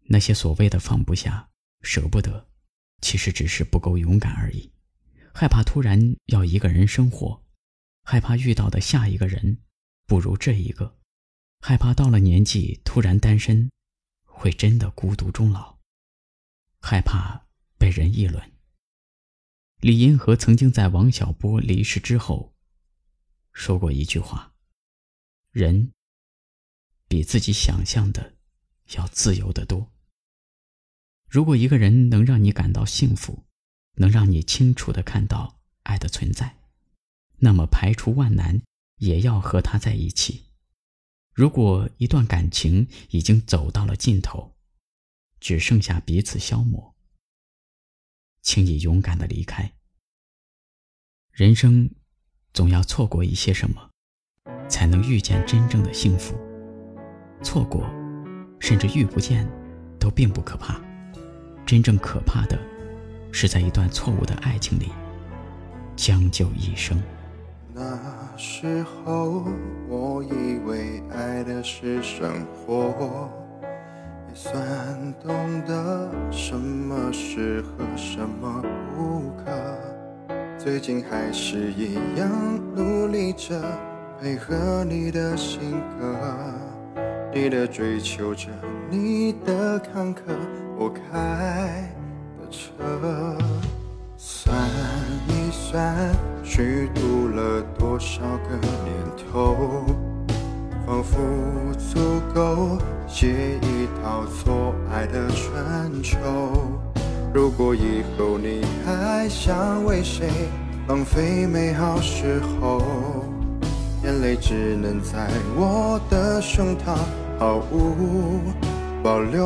那些所谓的放不下、舍不得，其实只是不够勇敢而已。害怕突然要一个人生活，害怕遇到的下一个人不如这一个，害怕到了年纪突然单身，会真的孤独终老，害怕被人议论。李银河曾经在王小波离世之后说过一句话：人比自己想象的要自由得多。如果一个人能让你感到幸福，能让你清楚地看到爱的存在，那么排除万难也要和他在一起。如果一段感情已经走到了尽头，只剩下彼此消磨，请你勇敢地离开。人生总要错过一些什么，才能遇见真正的幸福。错过甚至遇不见都并不可怕，真正可怕的是在一段错误的爱情里将就一生。 那时候我以为爱的是生活，也算懂得什么适合什么不可，最近还是一样努力着配合你的性格，你的追求着，你的坎坷，我开的车。算一算虚度了多少个年头，仿佛足够写一套错爱的春秋。如果以后你还想为谁浪费美好时候，眼泪只能在我的胸膛毫无保留。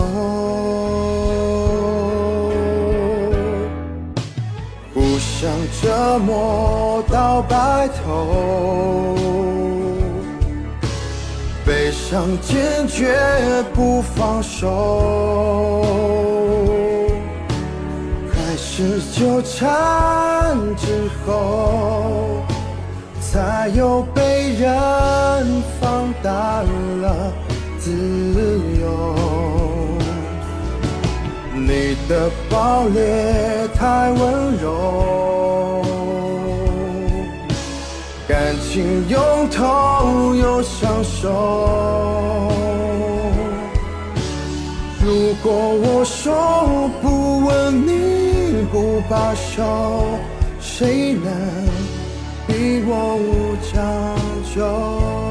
不想折磨到白头，悲伤坚决不放手，开始纠缠之后，才又被人放大了自由。你的暴烈太温柔，感情用透又享受。如果我说不问你不罢休，谁能比我无将就？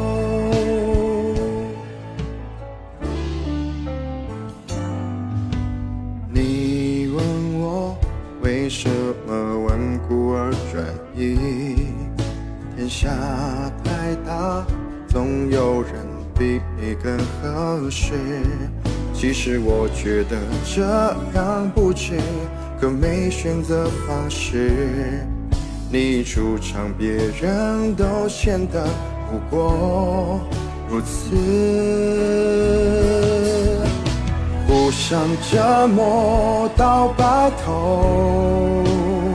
你问我为什么顽固而专一，天下太大，总有人比你更合适。其实我觉得这样不值，可没选择方式。你出场，别人都显得不过如此。不想折磨到白头，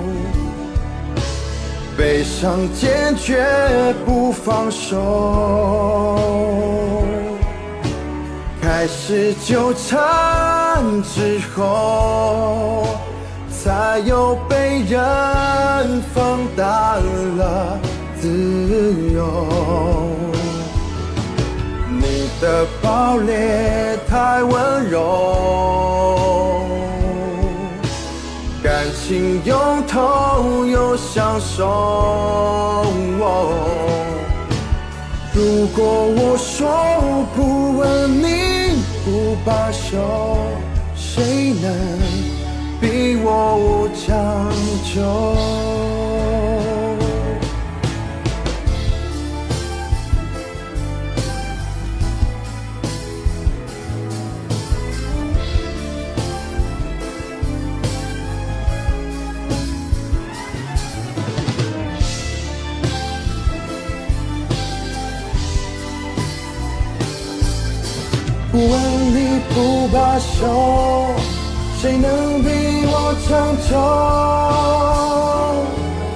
悲伤坚决不放手，开始纠缠之后，才又被人放大了自由。你的暴烈太温柔，感情用透又享受。如果我说不问你不罢休，谁能比我无将就？不问你不罢休，谁能比我长久？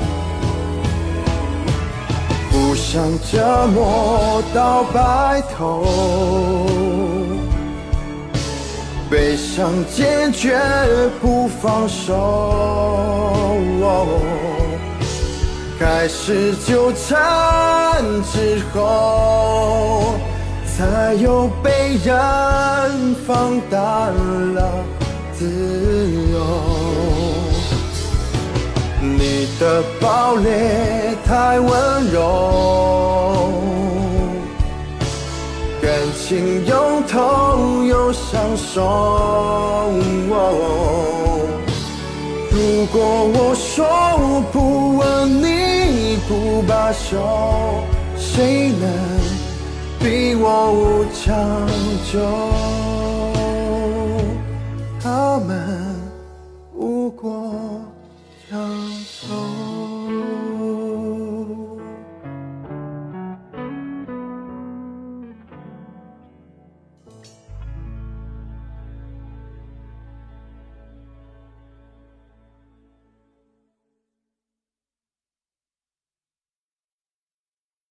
不想折磨到白头， 悲伤坚决不放手，开始纠缠之后，才又被人放淡了自由。你的暴烈太温柔，感情又痛又伤手。如果我说不吻你不罢休，谁能逼我无长久？